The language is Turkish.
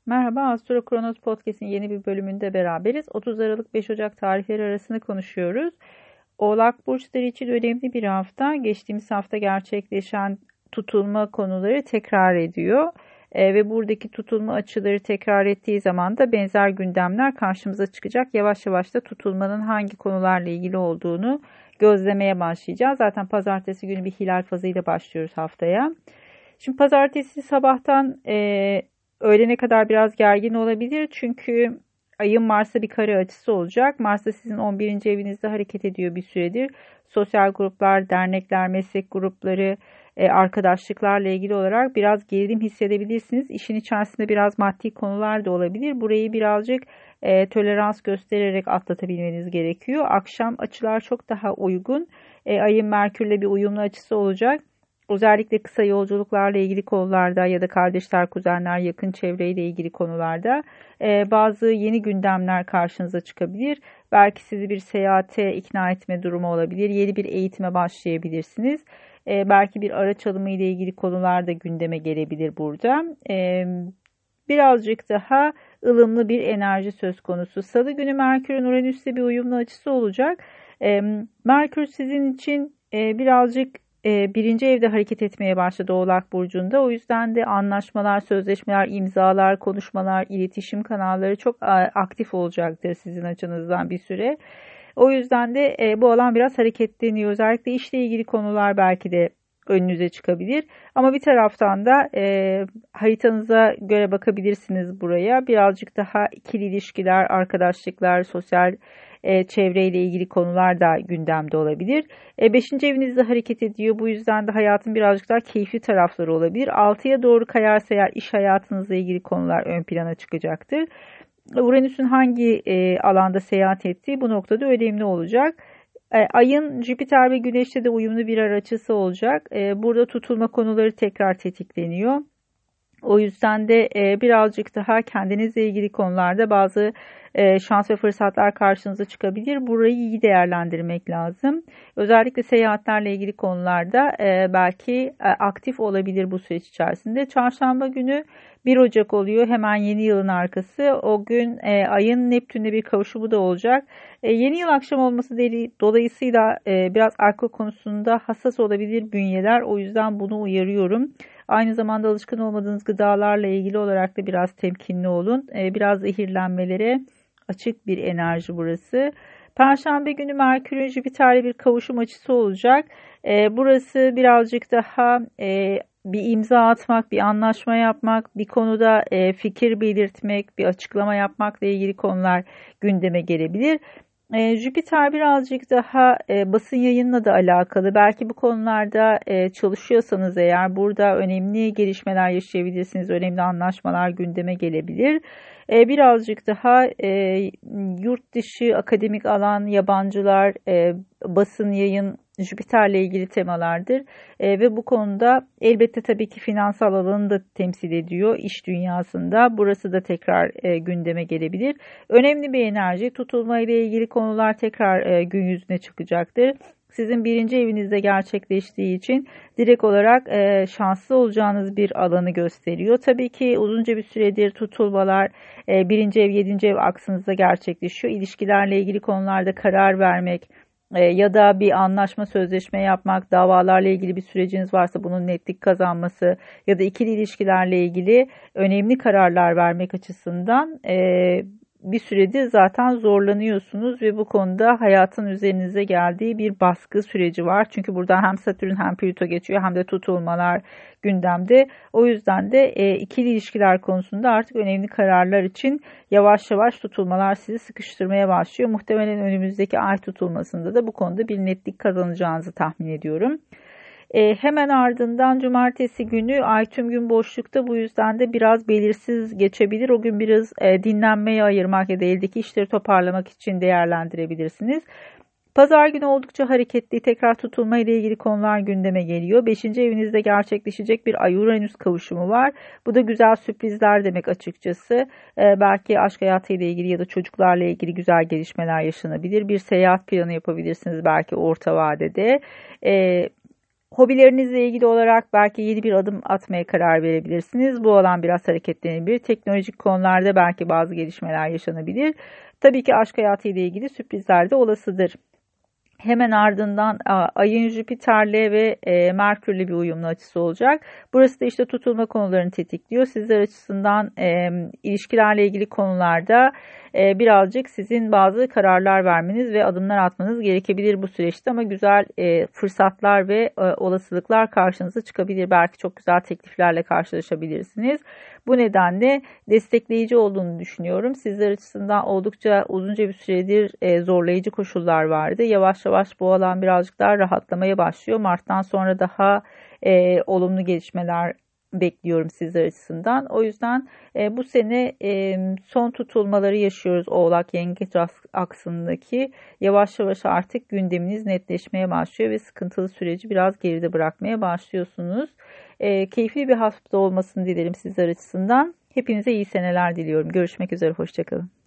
Merhaba, Astro Kronos Podcast'in yeni bir bölümünde beraberiz. 30 Aralık 5 Ocak tarihleri arasını konuşuyoruz. Oğlak burçları için önemli bir hafta. Geçtiğimiz hafta gerçekleşen tutulma konuları tekrar ediyor. Ve buradaki tutulma açıları tekrar ettiği zaman da benzer gündemler karşımıza çıkacak. Yavaş yavaş da tutulmanın hangi konularla ilgili olduğunu gözlemeye başlayacağız. Zaten pazartesi günü bir hilal fazıyla başlıyoruz haftaya. Şimdi pazartesi sabahtan öğlene kadar biraz gergin olabilir. Çünkü ayın Mars'a bir kare açısı olacak. Mars da sizin 11. evinizde hareket ediyor bir süredir. Sosyal gruplar, dernekler, meslek grupları, arkadaşlıklarla ilgili olarak biraz gerilim hissedebilirsiniz. İşin içerisinde biraz maddi konular da olabilir. Burayı birazcık tolerans göstererek atlatabilmeniz gerekiyor. Akşam açılar çok daha uygun. Ayın Merkür'le bir uyumlu açısı olacak. Özellikle kısa yolculuklarla ilgili konularda ya da kardeşler, kuzenler, yakın çevreyle ilgili konularda bazı yeni gündemler karşınıza çıkabilir. Belki sizi bir seyahate ikna etme durumu olabilir. Yeni bir eğitime başlayabilirsiniz. Belki bir araç alımı ile ilgili konular da gündeme gelebilir burada. Birazcık daha ılımlı bir enerji söz konusu. Salı günü Merkür'ün Uranüs'le bir uyumlu açısı olacak. Merkür sizin için birazcık birinci evde hareket etmeye başladı Oğlak Burcu'nda. O yüzden de anlaşmalar, sözleşmeler, imzalar, konuşmalar, iletişim kanalları çok aktif olacaktır sizin açınızdan bir süre. O yüzden de bu alan biraz hareketleniyor. Özellikle işle ilgili konular belki de önünüze çıkabilir. Ama bir taraftan da haritanıza göre bakabilirsiniz buraya. Birazcık daha ikili ilişkiler, arkadaşlıklar, sosyal çevreyle ilgili konular da gündemde olabilir. Beşinci evinizde hareket ediyor. Bu yüzden de hayatın birazcık daha keyifli tarafları olabilir. Altıya doğru kayarsa eğer iş hayatınızla ilgili konular ön plana çıkacaktır. Uranüs'ün hangi alanda seyahat ettiği bu noktada önemli olacak. Ayın Jüpiter ve Güneş'te de uyumlu bir açısı olacak. Burada tutulma konuları tekrar tetikleniyor. O yüzden de birazcık daha kendinizle ilgili konularda bazı şans ve fırsatlar karşınıza çıkabilir. Burayı iyi değerlendirmek lazım. Özellikle seyahatlerle ilgili konularda belki aktif olabilir bu süreç içerisinde. Çarşamba günü 1 Ocak oluyor. Hemen yeni yılın arkası. O gün ayın Neptün'le bir kavuşumu da olacak. Yeni yıl akşam olması dolayısıyla biraz alkol konusunda hassas olabilir bünyeler. O yüzden bunu uyarıyorum. Aynı zamanda alışkın olmadığınız gıdalarla ilgili olarak da biraz temkinli olun. Biraz zehirlenmelere açık bir enerji burası. Perşembe günü Merkür'ün Jüpiter'le bir kavuşum açısı olacak. Burası birazcık daha bir imza atmak, bir anlaşma yapmak, bir konuda fikir belirtmek, bir açıklama yapmakla ilgili konular gündeme gelebilir. Jüpiter birazcık daha basın yayınla da alakalı. Belki bu konularda çalışıyorsanız eğer burada önemli gelişmeler yaşayabilirsiniz. Önemli anlaşmalar gündeme gelebilir. Birazcık daha yurt dışı, akademik alan, yabancılar, basın, yayın, Jüpiter'le ilgili temalardır. Ve bu konuda elbette tabii ki finansal alanı da temsil ediyor iş dünyasında. Burası da tekrar gündeme gelebilir. Önemli bir enerji. Tutulma ile ilgili konular tekrar gün yüzüne çıkacaktır. Sizin birinci evinizde gerçekleştiği için direkt olarak şanslı olacağınız bir alanı gösteriyor. Tabii ki uzunca bir süredir tutulmalar birinci ev, yedinci ev aksınızda gerçekleşiyor. İlişkilerle ilgili konularda karar vermek, ya da bir anlaşma, sözleşme yapmak, davalarla ilgili bir süreciniz varsa bunun netlik kazanması ya da ikili ilişkilerle ilgili önemli kararlar vermek açısından bir süredir zaten zorlanıyorsunuz ve bu konuda hayatın üzerinize geldiği bir baskı süreci var. Çünkü burada hem Satürn hem Plüto geçiyor hem de tutulmalar gündemde. O yüzden de ikili ilişkiler konusunda artık önemli kararlar için yavaş yavaş tutulmalar sizi sıkıştırmaya başlıyor. Muhtemelen önümüzdeki ay tutulmasında da bu konuda bir netlik kazanacağınızı tahmin ediyorum. Hemen ardından cumartesi günü ay tüm gün boşlukta, bu yüzden de biraz belirsiz geçebilir. O gün biraz dinlenmeye ayırmak ya da eldeki işleri toparlamak için değerlendirebilirsiniz. Pazar günü oldukça hareketli, tekrar tutulma ile ilgili konular gündeme geliyor. Beşinci evinizde gerçekleşecek bir Ay-Uranüs kavuşumu var. Bu da güzel sürprizler demek açıkçası. Belki aşk hayatıyla ilgili ya da çocuklarla ilgili güzel gelişmeler yaşanabilir. Bir seyahat planı yapabilirsiniz belki orta vadede. Hobilerinizle ilgili olarak belki yeni bir adım atmaya karar verebilirsiniz. Bu alan biraz hareketlenebilir. Teknolojik konularda belki bazı gelişmeler yaşanabilir. Tabii ki aşk hayatı ile ilgili sürprizler de olasıdır. Hemen ardından Ay'ın Jüpiter'le ve Merkür'le bir uyumlu açısı olacak. Burası da işte tutulma konularını tetikliyor. Sizler açısından ilişkilerle ilgili konularda birazcık sizin bazı kararlar vermeniz ve adımlar atmanız gerekebilir bu süreçte. Ama güzel fırsatlar ve olasılıklar karşınıza çıkabilir. Belki çok güzel tekliflerle karşılaşabilirsiniz. Bu nedenle destekleyici olduğunu düşünüyorum. Sizler açısından oldukça uzunca bir süredir zorlayıcı koşullar vardı. Yavaş yavaş bu alan birazcık daha rahatlamaya başlıyor. Mart'tan sonra daha olumlu gelişmeler bekliyorum sizler açısından. O yüzden bu sene son tutulmaları yaşıyoruz Oğlak Yengeç aksındaki. Yavaş yavaş artık gündeminiz netleşmeye başlıyor ve sıkıntılı süreci biraz geride bırakmaya başlıyorsunuz. Keyifli bir hafta olmasını dilerim sizler açısından. Hepinize iyi seneler diliyorum. Görüşmek üzere, hoşça kalın.